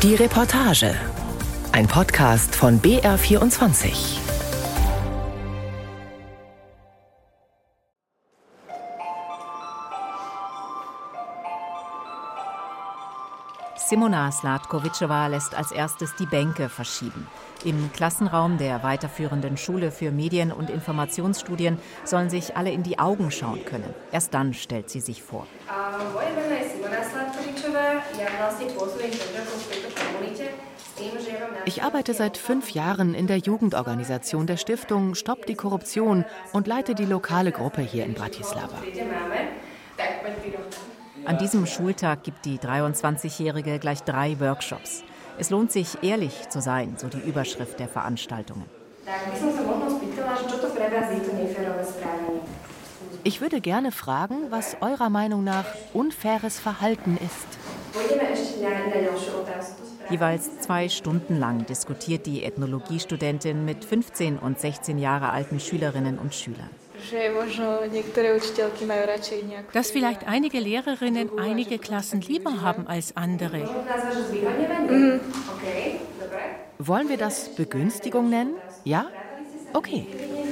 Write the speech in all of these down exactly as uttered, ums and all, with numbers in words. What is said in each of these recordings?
Die Reportage. Ein Podcast von B R vierundzwanzig. Simona Sladkovičová lässt als erstes die Bänke verschieben. Im Klassenraum der weiterführenden Schule für Medien- und Informationsstudien sollen sich alle in die Augen schauen können. Erst dann stellt sie sich vor. Ich arbeite seit fünf Jahren in der Jugendorganisation der Stiftung Stopp die Korruption und leite die lokale Gruppe hier in Bratislava. An diesem Schultag gibt die dreiundzwanzigjährige gleich drei Workshops. Es lohnt sich, ehrlich zu sein, so die Überschrift der Veranstaltungen. Ich würde gerne fragen, was eurer Meinung nach unfaires Verhalten ist. Jeweils zwei Stunden lang diskutiert die Ethnologiestudentin mit fünfzehn und sechzehn Jahre alten Schülerinnen und Schülern. Dass vielleicht einige Lehrerinnen einige Klassen lieber haben als andere. Mhm. Wollen wir das Begünstigung nennen? Ja? Okay.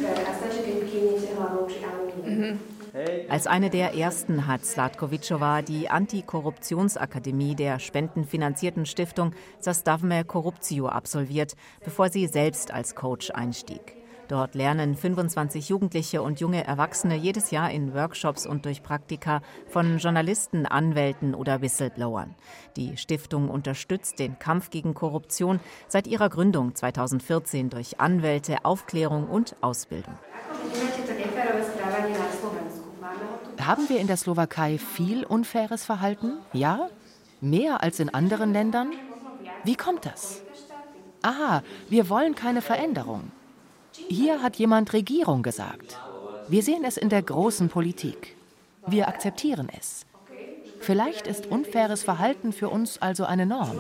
Mhm. Als eine der ersten hat Sladkovičová die Antikorruptionsakademie der spendenfinanzierten Stiftung Zastavme Korupcijo absolviert, bevor sie selbst als Coach einstieg. Dort lernen fünfundzwanzig Jugendliche und junge Erwachsene jedes Jahr in Workshops und durch Praktika von Journalisten, Anwälten oder Whistleblowern. Die Stiftung unterstützt den Kampf gegen Korruption seit ihrer Gründung zweitausendvierzehn durch Anwälte, Aufklärung und Ausbildung. Haben wir in der Slowakei viel unfaires Verhalten? Ja? Mehr als in anderen Ländern? Wie kommt das? Aha, wir wollen keine Veränderung. Hier hat jemand Regierung gesagt. Wir sehen es in der großen Politik. Wir akzeptieren es. Vielleicht ist unfaires Verhalten für uns also eine Norm.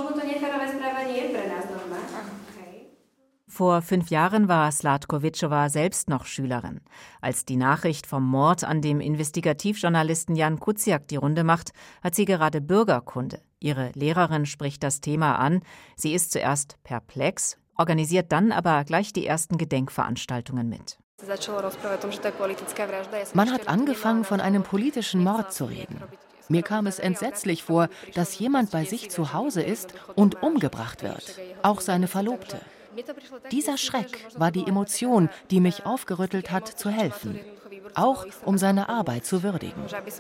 Vor fünf Jahren war Sladkovičová selbst noch Schülerin. Als die Nachricht vom Mord an dem Investigativjournalisten Jan Kuciak die Runde macht, hat sie gerade Bürgerkunde. Ihre Lehrerin spricht das Thema an. Sie ist zuerst perplex, organisiert dann aber gleich die ersten Gedenkveranstaltungen mit. Man hat angefangen, von einem politischen Mord zu reden. Mir kam es entsetzlich vor, dass jemand bei sich zu Hause ist und umgebracht wird, auch seine Verlobte. Dieser Schreck war die Emotion, die mich aufgerüttelt hat, zu helfen, auch um seine Arbeit zu würdigen.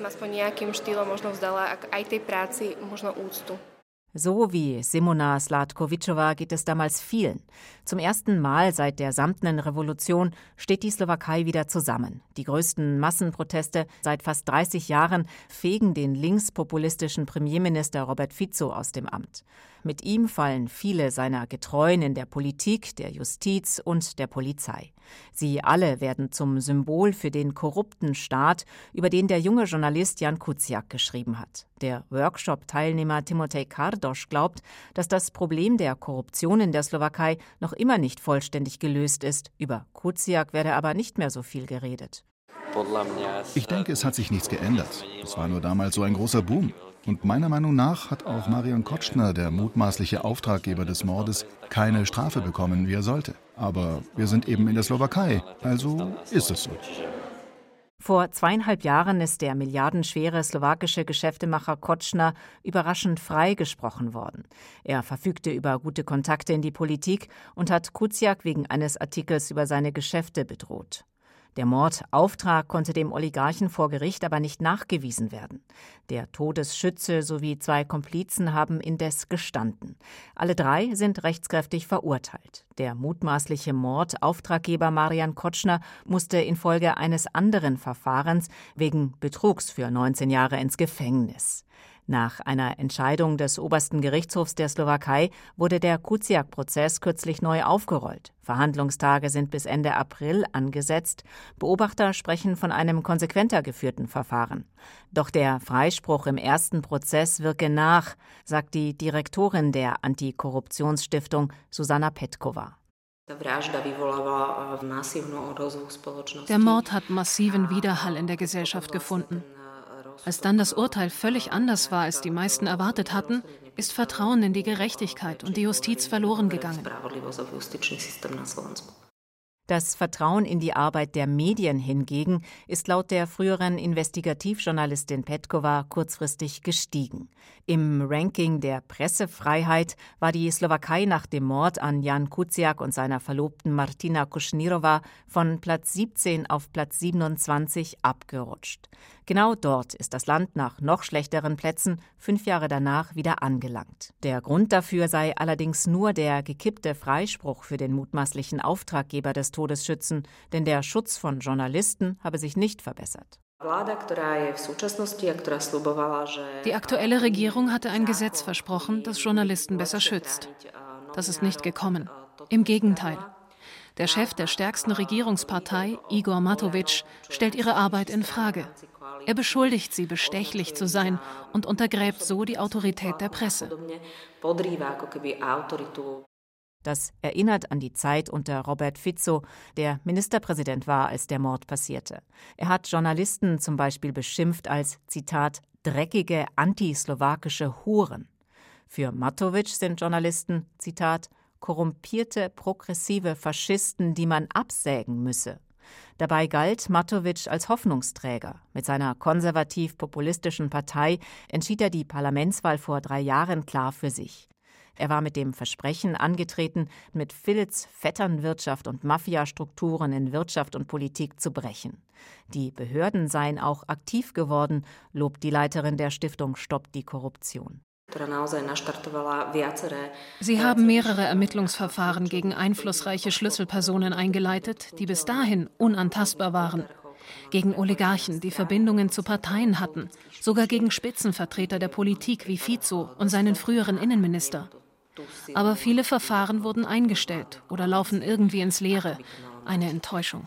So wie Simona Sladkovičová geht es damals vielen. Zum ersten Mal seit der Samtenen Revolution steht die Slowakei wieder zusammen. Die größten Massenproteste seit fast dreißig Jahren fegen den linkspopulistischen Premierminister Robert Fico aus dem Amt. Mit ihm fallen viele seiner Getreuen in der Politik, der Justiz und der Polizei. Sie alle werden zum Symbol für den korrupten Staat, über den der junge Journalist Jan Kuciak geschrieben hat. Der Workshop-Teilnehmer Timotej Kardoš glaubt, dass das Problem der Korruption in der Slowakei noch immer nicht vollständig gelöst ist. Über Kuciak werde aber nicht mehr so viel geredet. Ich denke, es hat sich nichts geändert. Es war nur damals so ein großer Boom. Und meiner Meinung nach hat auch Marian Kočner, der mutmaßliche Auftraggeber des Mordes, keine Strafe bekommen, wie er sollte. Aber wir sind eben in der Slowakei, also ist es so. Vor zweieinhalb Jahren ist der milliardenschwere slowakische Geschäftemacher Kočner überraschend freigesprochen worden. Er verfügte über gute Kontakte in die Politik und hat Kuciak wegen eines Artikels über seine Geschäfte bedroht. Der Mordauftrag konnte dem Oligarchen vor Gericht aber nicht nachgewiesen werden. Der Todesschütze sowie zwei Komplizen haben indes gestanden. Alle drei sind rechtskräftig verurteilt. Der mutmaßliche Mordauftraggeber Marian Kočner musste infolge eines anderen Verfahrens wegen Betrugs für neunzehn Jahre ins Gefängnis. Nach einer Entscheidung des obersten Gerichtshofs der Slowakei wurde der Kuciak-Prozess kürzlich neu aufgerollt. Verhandlungstage sind bis Ende April angesetzt. Beobachter sprechen von einem konsequenter geführten Verfahren. Doch der Freispruch im ersten Prozess wirke nach, sagt die Direktorin der Antikorruptionsstiftung Zuzana Petkova. Der Mord hat massiven Widerhall in der Gesellschaft gefunden. Als dann das Urteil völlig anders war, als die meisten erwartet hatten, ist Vertrauen in die Gerechtigkeit und die Justiz verloren gegangen. Das Vertrauen in die Arbeit der Medien hingegen ist laut der früheren Investigativjournalistin Petkova kurzfristig gestiegen. Im Ranking der Pressefreiheit war die Slowakei nach dem Mord an Jan Kuciak und seiner Verlobten Martina Kušnírová von Platz siebzehn auf Platz siebenundzwanzig abgerutscht. Genau dort ist das Land nach noch schlechteren Plätzen fünf Jahre danach wieder angelangt. Der Grund dafür sei allerdings nur der gekippte Freispruch für den mutmaßlichen Auftraggeber des Todesschützen, denn der Schutz von Journalisten habe sich nicht verbessert. Die aktuelle Regierung hatte ein Gesetz versprochen, das Journalisten besser schützt. Das ist nicht gekommen. Im Gegenteil. Der Chef der stärksten Regierungspartei, Igor Matović, stellt ihre Arbeit in Frage. Er beschuldigt sie, bestechlich zu sein und untergräbt so die Autorität der Presse. Das erinnert an die Zeit unter Robert Fico, der Ministerpräsident war, als der Mord passierte. Er hat Journalisten zum Beispiel beschimpft als, Zitat, dreckige antislowakische Huren. Für Matović sind Journalisten, Zitat, korrumpierte, progressive Faschisten, die man absägen müsse. Dabei galt Matović als Hoffnungsträger. Mit seiner konservativ-populistischen Partei entschied er die Parlamentswahl vor drei Jahren klar für sich. Er war mit dem Versprechen angetreten, mit Filiz Vetternwirtschaft und Mafiastrukturen in Wirtschaft und Politik zu brechen. Die Behörden seien auch aktiv geworden, lobt die Leiterin der Stiftung Stoppt die Korruption. Sie haben mehrere Ermittlungsverfahren gegen einflussreiche Schlüsselpersonen eingeleitet, die bis dahin unantastbar waren. Gegen Oligarchen, die Verbindungen zu Parteien hatten, sogar gegen Spitzenvertreter der Politik wie Fico und seinen früheren Innenminister. Aber viele Verfahren wurden eingestellt oder laufen irgendwie ins Leere. Eine Enttäuschung.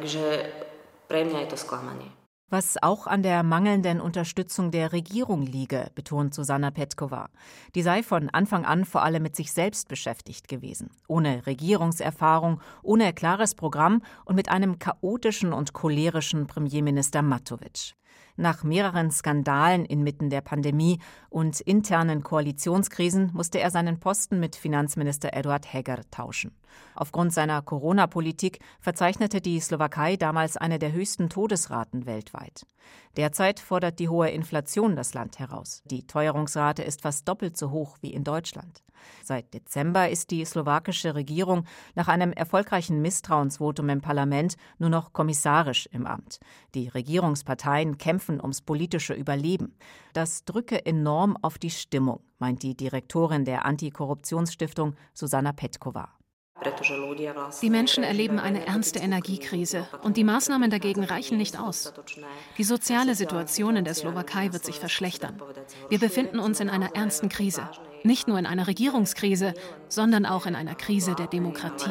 Was auch an der mangelnden Unterstützung der Regierung liege, betont Zuzana Petkova. Die sei von Anfang an vor allem mit sich selbst beschäftigt gewesen. Ohne Regierungserfahrung, ohne klares Programm und mit einem chaotischen und cholerischen Premierminister Matović. Nach mehreren Skandalen inmitten der Pandemie und internen Koalitionskrisen musste er seinen Posten mit Finanzminister Eduard Heger tauschen. Aufgrund seiner Corona-Politik verzeichnete die Slowakei damals eine der höchsten Todesraten weltweit. Derzeit fordert die hohe Inflation das Land heraus. Die Teuerungsrate ist fast doppelt so hoch wie in Deutschland. Seit Dezember ist die slowakische Regierung nach einem erfolgreichen Misstrauensvotum im Parlament nur noch kommissarisch im Amt. Die Regierungsparteien kämpfen ums politische Überleben. Das drücke enorm auf die Stimmung, meint die Direktorin der Antikorruptionsstiftung Zuzana Petkova. Die Menschen erleben eine ernste Energiekrise und die Maßnahmen dagegen reichen nicht aus. Die soziale Situation in der Slowakei wird sich verschlechtern. Wir befinden uns in einer ernsten Krise. Nicht nur in einer Regierungskrise, sondern auch in einer Krise der Demokratie.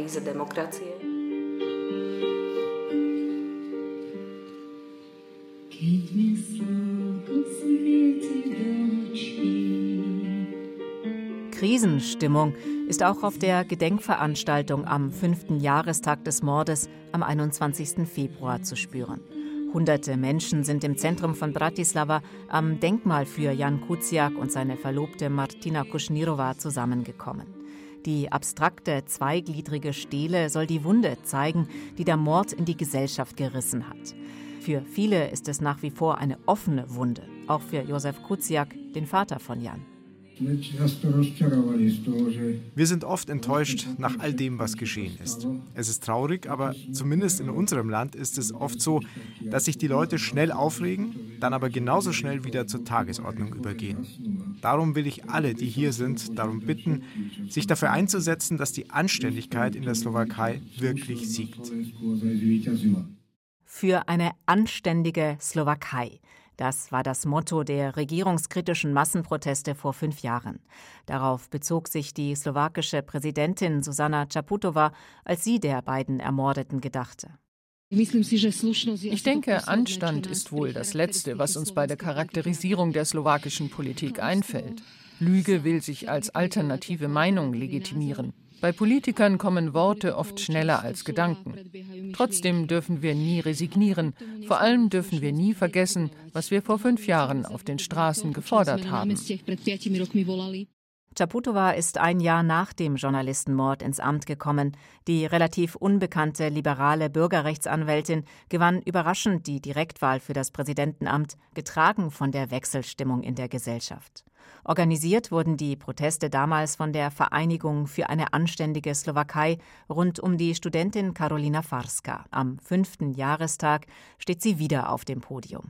Krisenstimmung ist auch auf der Gedenkveranstaltung am fünften Jahrestag des Mordes am einundzwanzigsten Februar zu spüren. Hunderte Menschen sind im Zentrum von Bratislava am Denkmal für Jan Kuciak und seine Verlobte Martina Kušnírová zusammengekommen. Die abstrakte, zweigliedrige Stele soll die Wunde zeigen, die der Mord in die Gesellschaft gerissen hat. Für viele ist es nach wie vor eine offene Wunde, auch für Josef Kuciak, den Vater von Jan. Wir sind oft enttäuscht nach all dem, was geschehen ist. Es ist traurig, aber zumindest in unserem Land ist es oft so, dass sich die Leute schnell aufregen, dann aber genauso schnell wieder zur Tagesordnung übergehen. Darum will ich alle, die hier sind, darum bitten, sich dafür einzusetzen, dass die Anständigkeit in der Slowakei wirklich siegt. Für eine anständige Slowakei. Das war das Motto der regierungskritischen Massenproteste vor fünf Jahren. Darauf bezog sich die slowakische Präsidentin Zuzana Čaputová, als sie der beiden Ermordeten gedachte. Ich denke, Anstand ist wohl das Letzte, was uns bei der Charakterisierung der slowakischen Politik einfällt. Lüge will sich als alternative Meinung legitimieren. Bei Politikern kommen Worte oft schneller als Gedanken. Trotzdem dürfen wir nie resignieren. Vor allem dürfen wir nie vergessen, was wir vor fünf Jahren auf den Straßen gefordert haben. Čaputová ist ein Jahr nach dem Journalistenmord ins Amt gekommen. Die relativ unbekannte liberale Bürgerrechtsanwältin gewann überraschend die Direktwahl für das Präsidentenamt, getragen von der Wechselstimmung in der Gesellschaft. Organisiert wurden die Proteste damals von der Vereinigung für eine anständige Slowakei rund um die Studentin Karolina Farska. Am fünften Jahrestag steht sie wieder auf dem Podium.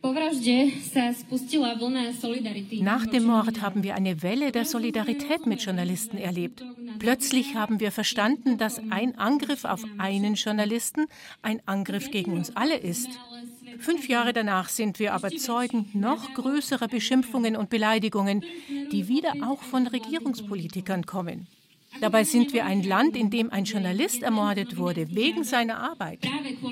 Nach dem Mord haben wir eine Welle der Solidarität mit Journalisten erlebt. Plötzlich haben wir verstanden, dass ein Angriff auf einen Journalisten ein Angriff gegen uns alle ist. Fünf Jahre danach sind wir aber Zeugen noch größerer Beschimpfungen und Beleidigungen, die wieder auch von Regierungspolitikern kommen. Dabei sind wir ein Land, in dem ein Journalist ermordet wurde, wegen seiner Arbeit.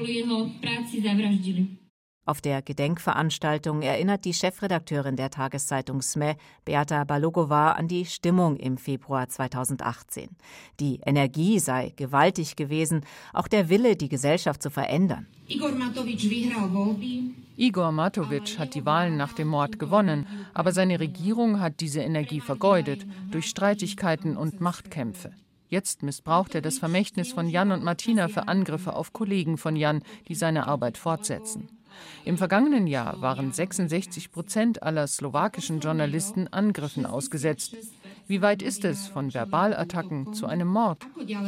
Auf der Gedenkveranstaltung erinnert die Chefredakteurin der Tageszeitung S M E, Beata Balogova, an die Stimmung im Februar zweitausendachtzehn. Die Energie sei gewaltig gewesen, auch der Wille, die Gesellschaft zu verändern. Igor Matovic hat die Wahlen nach dem Mord gewonnen, aber seine Regierung hat diese Energie vergeudet durch Streitigkeiten und Machtkämpfe. Jetzt missbraucht er das Vermächtnis von Jan und Martina für Angriffe auf Kollegen von Jan, die seine Arbeit fortsetzen. Im vergangenen Jahr waren sechsundsechzig Prozent aller slowakischen Journalisten Angriffen ausgesetzt. Wie weit ist es von Verbalattacken zu einem Mord?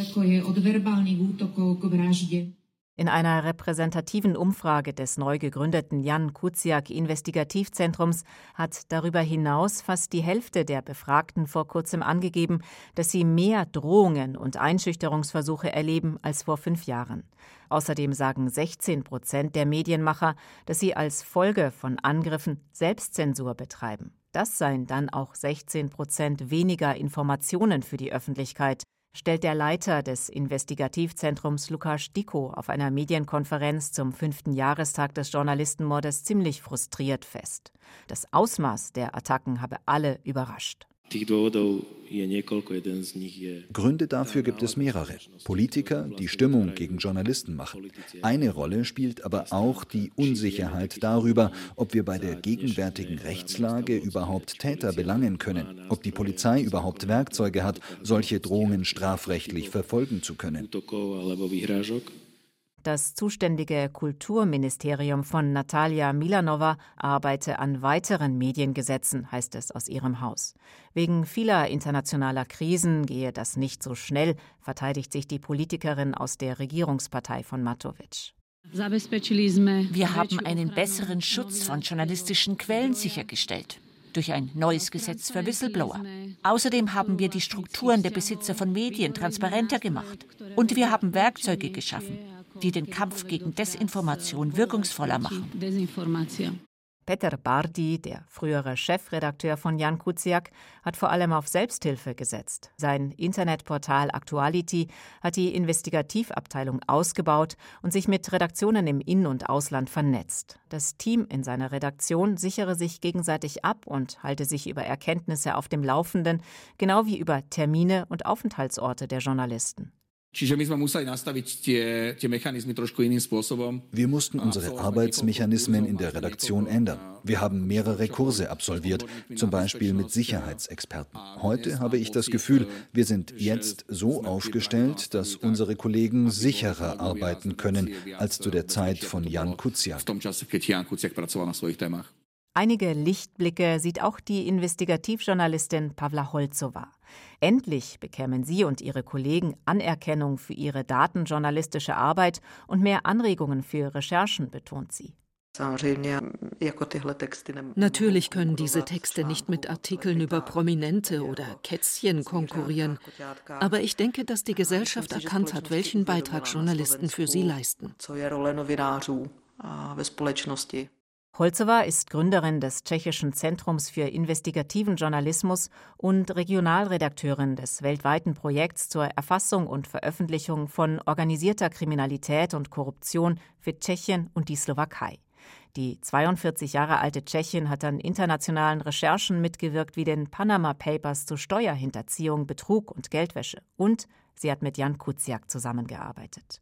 In einer repräsentativen Umfrage des neu gegründeten Jan Kuciak Investigativzentrums hat darüber hinaus fast die Hälfte der Befragten vor kurzem angegeben, dass sie mehr Drohungen und Einschüchterungsversuche erleben als vor fünf Jahren. Außerdem sagen sechzehn Prozent der Medienmacher, dass sie als Folge von Angriffen Selbstzensur betreiben. Das seien dann auch sechzehn Prozent weniger Informationen für die Öffentlichkeit, stellt der Leiter des Investigativzentrums Lukáš Diko auf einer Medienkonferenz zum fünften Jahrestag des Journalistenmordes ziemlich frustriert fest. Das Ausmaß der Attacken habe alle überrascht. Gründe dafür gibt es mehrere. Politiker, die Stimmung gegen Journalisten machen. Eine Rolle spielt aber auch die Unsicherheit darüber, ob wir bei der gegenwärtigen Rechtslage überhaupt Täter belangen können, ob die Polizei überhaupt Werkzeuge hat, solche Drohungen strafrechtlich verfolgen zu können. Das zuständige Kulturministerium von Natalia Milanova arbeite an weiteren Mediengesetzen, heißt es aus ihrem Haus. Wegen vieler internationaler Krisen gehe das nicht so schnell, verteidigt sich die Politikerin aus der Regierungspartei von Matovic. Wir haben einen besseren Schutz von journalistischen Quellen sichergestellt. Durch ein neues Gesetz für Whistleblower. Außerdem haben wir die Strukturen der Besitzer von Medien transparenter gemacht. Und wir haben Werkzeuge geschaffen, die den Kampf gegen Desinformation wirkungsvoller machen. Peter Bardi, der frühere Chefredakteur von Jan Kuciak, hat vor allem auf Selbsthilfe gesetzt. Sein Internetportal Actuality hat die Investigativabteilung ausgebaut und sich mit Redaktionen im In- und Ausland vernetzt. Das Team in seiner Redaktion sichere sich gegenseitig ab und halte sich über Erkenntnisse auf dem Laufenden, genau wie über Termine und Aufenthaltsorte der Journalisten. Wir mussten unsere Arbeitsmechanismen in der Redaktion ändern. Wir haben mehrere Kurse absolviert, zum Beispiel mit Sicherheitsexperten. Heute habe ich das Gefühl, wir sind jetzt so aufgestellt, dass unsere Kollegen sicherer arbeiten können als zu der Zeit von Jan Kuciak. Einige Lichtblicke sieht auch die Investigativjournalistin Pavla Holzová. Endlich bekämen sie und ihre Kollegen Anerkennung für ihre datenjournalistische Arbeit und mehr Anregungen für Recherchen, betont sie. Natürlich können diese Texte nicht mit Artikeln über Prominente oder Kätzchen konkurrieren. Aber ich denke, dass die Gesellschaft erkannt hat, welchen Beitrag Journalisten für sie leisten. Holzová ist Gründerin des Tschechischen Zentrums für investigativen Journalismus und Regionalredakteurin des weltweiten Projekts zur Erfassung und Veröffentlichung von organisierter Kriminalität und Korruption für Tschechien und die Slowakei. Die zweiundvierzig Jahre alte Tschechin hat an internationalen Recherchen mitgewirkt wie den Panama Papers zu Steuerhinterziehung, Betrug und Geldwäsche. Und sie hat mit Jan Kuciak zusammengearbeitet.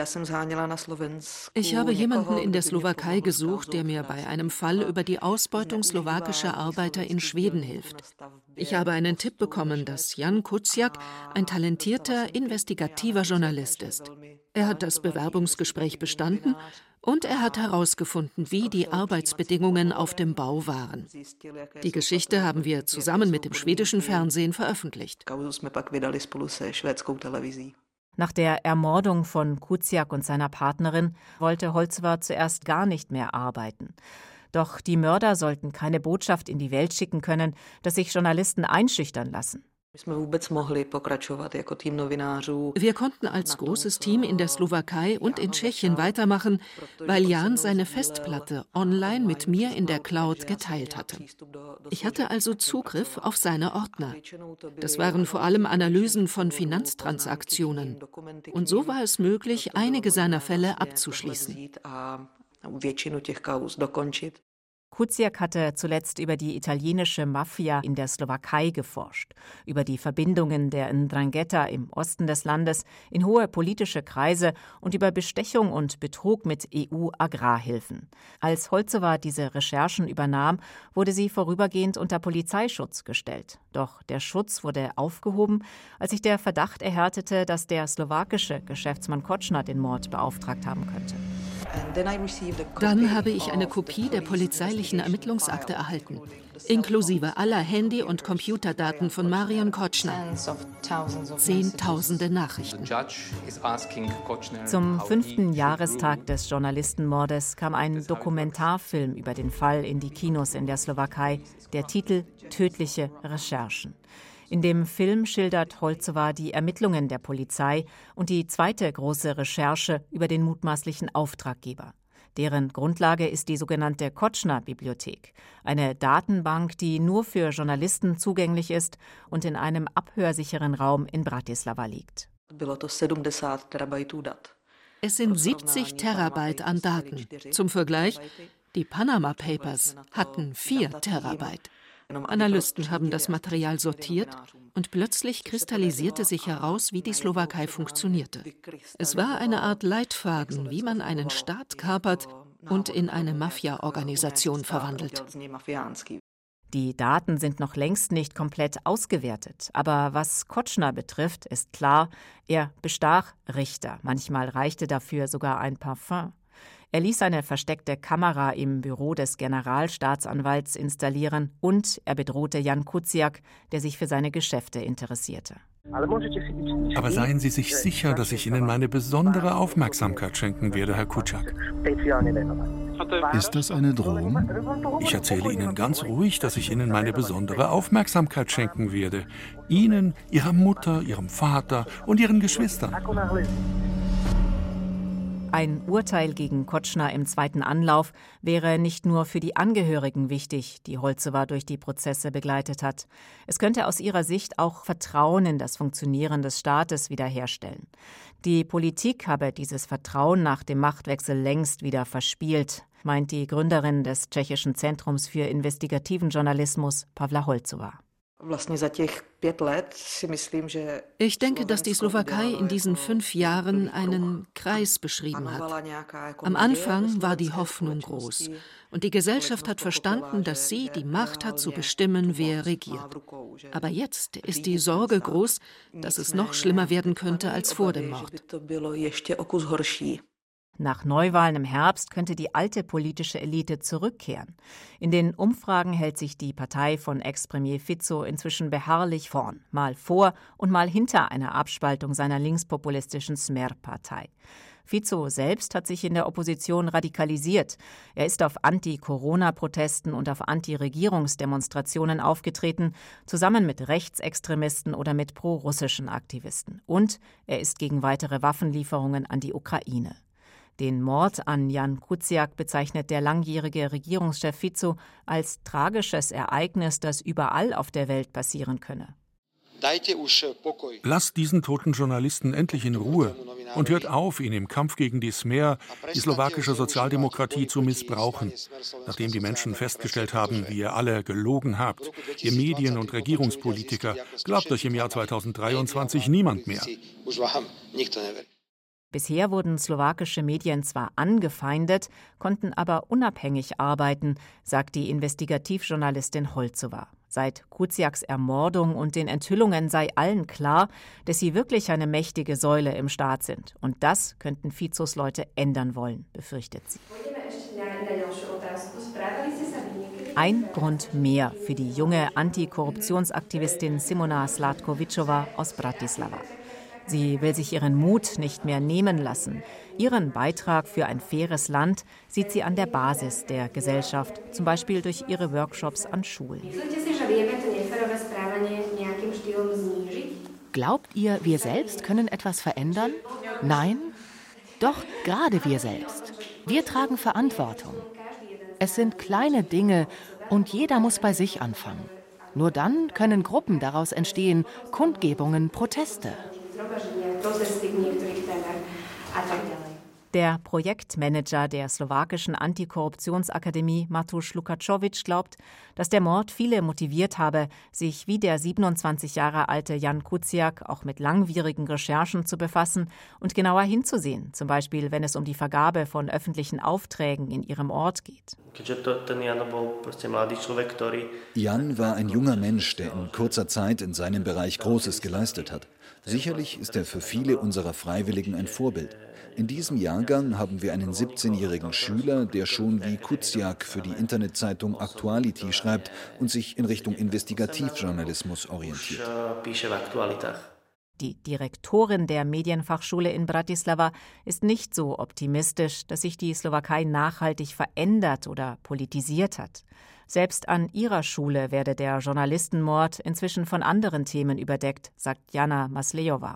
Ich habe jemanden in der Slowakei gesucht, der mir bei einem Fall über die Ausbeutung slowakischer Arbeiter in Schweden hilft. Ich habe einen Tipp bekommen, dass Jan Kuciak ein talentierter, investigativer Journalist ist. Er hat das Bewerbungsgespräch bestanden und er hat herausgefunden, wie die Arbeitsbedingungen auf dem Bau waren. Die Geschichte haben wir zusammen mit dem schwedischen Fernsehen veröffentlicht. Nach der Ermordung von Kuciak und seiner Partnerin wollte Holcová zuerst gar nicht mehr arbeiten. Doch die Mörder sollten keine Botschaft in die Welt schicken können, dass sich Journalisten einschüchtern lassen. Wir konnten als großes Team in der Slowakei und in Tschechien weitermachen, weil Jan seine Festplatte online mit mir in der Cloud geteilt hatte. Ich hatte also Zugriff auf seine Ordner. Das waren vor allem Analysen von Finanztransaktionen. Und so war es möglich, einige seiner Fälle abzuschließen. Kuciak hatte zuletzt über die italienische Mafia in der Slowakei geforscht, über die Verbindungen der Ndrangheta im Osten des Landes in hohe politische Kreise und über Bestechung und Betrug mit E U-Agrarhilfen. Als Holcová diese Recherchen übernahm, wurde sie vorübergehend unter Polizeischutz gestellt. Doch der Schutz wurde aufgehoben, als sich der Verdacht erhärtete, dass der slowakische Geschäftsmann Kočner den Mord beauftragt haben könnte. Dann habe ich eine Kopie der polizeilichen Ermittlungsakte erhalten, inklusive aller Handy- und Computerdaten von Marion Kočner. Zehntausende Nachrichten. Zum fünften Jahrestag des Journalistenmordes kam ein Dokumentarfilm über den Fall in die Kinos in der Slowakei. Der Titel »Tödliche Recherchen«. In dem Film schildert Holcová die Ermittlungen der Polizei und die zweite große Recherche über den mutmaßlichen Auftraggeber. Deren Grundlage ist die sogenannte Kočner-Bibliothek, eine Datenbank, die nur für Journalisten zugänglich ist und in einem abhörsicheren Raum in Bratislava liegt. Es sind siebzig Terabyte an Daten. Zum Vergleich, die Panama Papers hatten vier Terabyte. Analysten haben das Material sortiert und plötzlich kristallisierte sich heraus, wie die Slowakei funktionierte. Es war eine Art Leitfaden, wie man einen Staat kapert und in eine Mafia-Organisation verwandelt. Die Daten sind noch längst nicht komplett ausgewertet. Aber was Kočner betrifft, ist klar, er bestach Richter. Manchmal reichte dafür sogar ein Parfum. Er ließ eine versteckte Kamera im Büro des Generalstaatsanwalts installieren und er bedrohte Jan Kuciak, der sich für seine Geschäfte interessierte. Aber seien Sie sich sicher, dass ich Ihnen meine besondere Aufmerksamkeit schenken werde, Herr Kuciak. Ist das eine Drohung? Ich erzähle Ihnen ganz ruhig, dass ich Ihnen meine besondere Aufmerksamkeit schenken werde. Ihnen, Ihrer Mutter, Ihrem Vater und Ihren Geschwistern. Ein Urteil gegen Kočner im zweiten Anlauf wäre nicht nur für die Angehörigen wichtig, die Holcová durch die Prozesse begleitet hat. Es könnte aus ihrer Sicht auch Vertrauen in das Funktionieren des Staates wiederherstellen. Die Politik habe dieses Vertrauen nach dem Machtwechsel längst wieder verspielt, meint die Gründerin des Tschechischen Zentrums für investigativen Journalismus, Pavla Holcová. Ich denke, dass die Slowakei in diesen fünf Jahren einen Kreis beschrieben hat. Am Anfang war die Hoffnung groß und die Gesellschaft hat verstanden, dass sie die Macht hat zu bestimmen, wer regiert. Aber jetzt ist die Sorge groß, dass es noch schlimmer werden könnte als vor dem Mord. Nach Neuwahlen im Herbst könnte die alte politische Elite zurückkehren. In den Umfragen hält sich die Partei von Ex-Premier Fico inzwischen beharrlich vorn, mal vor und mal hinter einer Abspaltung seiner linkspopulistischen Smer-Partei. Fico selbst hat sich in der Opposition radikalisiert. Er ist auf Anti-Corona-Protesten und auf Anti-Regierungsdemonstrationen aufgetreten, zusammen mit Rechtsextremisten oder mit pro-russischen Aktivisten. Und er ist gegen weitere Waffenlieferungen an die Ukraine. Den Mord an Jan Kuciak bezeichnet der langjährige Regierungschef Fico als tragisches Ereignis, das überall auf der Welt passieren könne. Lasst diesen toten Journalisten endlich in Ruhe und hört auf, ihn im Kampf gegen die Smer, die slowakische Sozialdemokratie, zu missbrauchen, nachdem die Menschen festgestellt haben, wie ihr alle gelogen habt. Ihr Medien- und Regierungspolitiker, glaubt euch im Jahr zweitausenddreiundzwanzig niemand mehr. Bisher wurden slowakische Medien zwar angefeindet, konnten aber unabhängig arbeiten, sagt die Investigativjournalistin Holzova. Seit Kuciaks Ermordung und den Enthüllungen sei allen klar, dass sie wirklich eine mächtige Säule im Staat sind. Und das könnten Ficos Leute ändern wollen, befürchtet sie. Ein Grund mehr für die junge Antikorruptionsaktivistin Simona Sladkovičová aus Bratislava. Sie will sich ihren Mut nicht mehr nehmen lassen. Ihren Beitrag für ein faires Land sieht sie an der Basis der Gesellschaft, zum Beispiel durch ihre Workshops an Schulen. Glaubt ihr, wir selbst können etwas verändern? Nein? Doch gerade wir selbst. Wir tragen Verantwortung. Es sind kleine Dinge und jeder muss bei sich anfangen. Nur dann können Gruppen daraus entstehen, Kundgebungen, Proteste. Der Projektmanager der slowakischen Antikorruptionsakademie Mateusz Lukaczowicz glaubt, dass der Mord viele motiviert habe, sich wie der siebenundzwanzig Jahre alte Jan Kuciak auch mit langwierigen Recherchen zu befassen und genauer hinzusehen, zum Beispiel wenn es um die Vergabe von öffentlichen Aufträgen in ihrem Ort geht. Jan war ein junger Mensch, der in kurzer Zeit in seinem Bereich Großes geleistet hat. Sicherlich ist er für viele unserer Freiwilligen ein Vorbild. In diesem Jahrgang haben wir einen siebzehnjährigen Schüler, der schon wie Kuciak für die Internetzeitung Aktuality schreibt und sich in Richtung Investigativjournalismus orientiert. Die Direktorin der Medienfachschule in Bratislava ist nicht so optimistisch, dass sich die Slowakei nachhaltig verändert oder politisiert hat. Selbst an ihrer Schule werde der Journalistenmord inzwischen von anderen Themen überdeckt, sagt Jana Maslejová.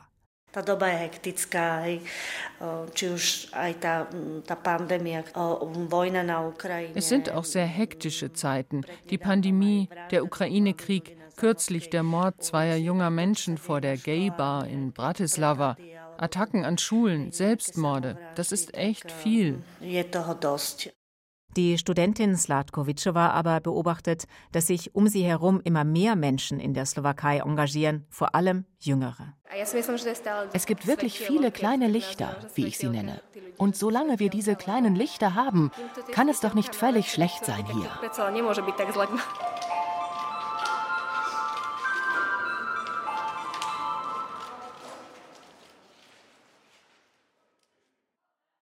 Es sind auch sehr hektische Zeiten. Die Pandemie, der Ukraine-Krieg, kürzlich der Mord zweier junger Menschen vor der Gay-Bar in Bratislava, Attacken an Schulen, Selbstmorde. Das ist echt viel. Die Studentin Sladkovičová aber beobachtet, dass sich um sie herum immer mehr Menschen in der Slowakei engagieren, vor allem Jüngere. Es gibt wirklich viele kleine Lichter, wie ich sie nenne. Und solange wir diese kleinen Lichter haben, kann es doch nicht völlig schlecht sein hier.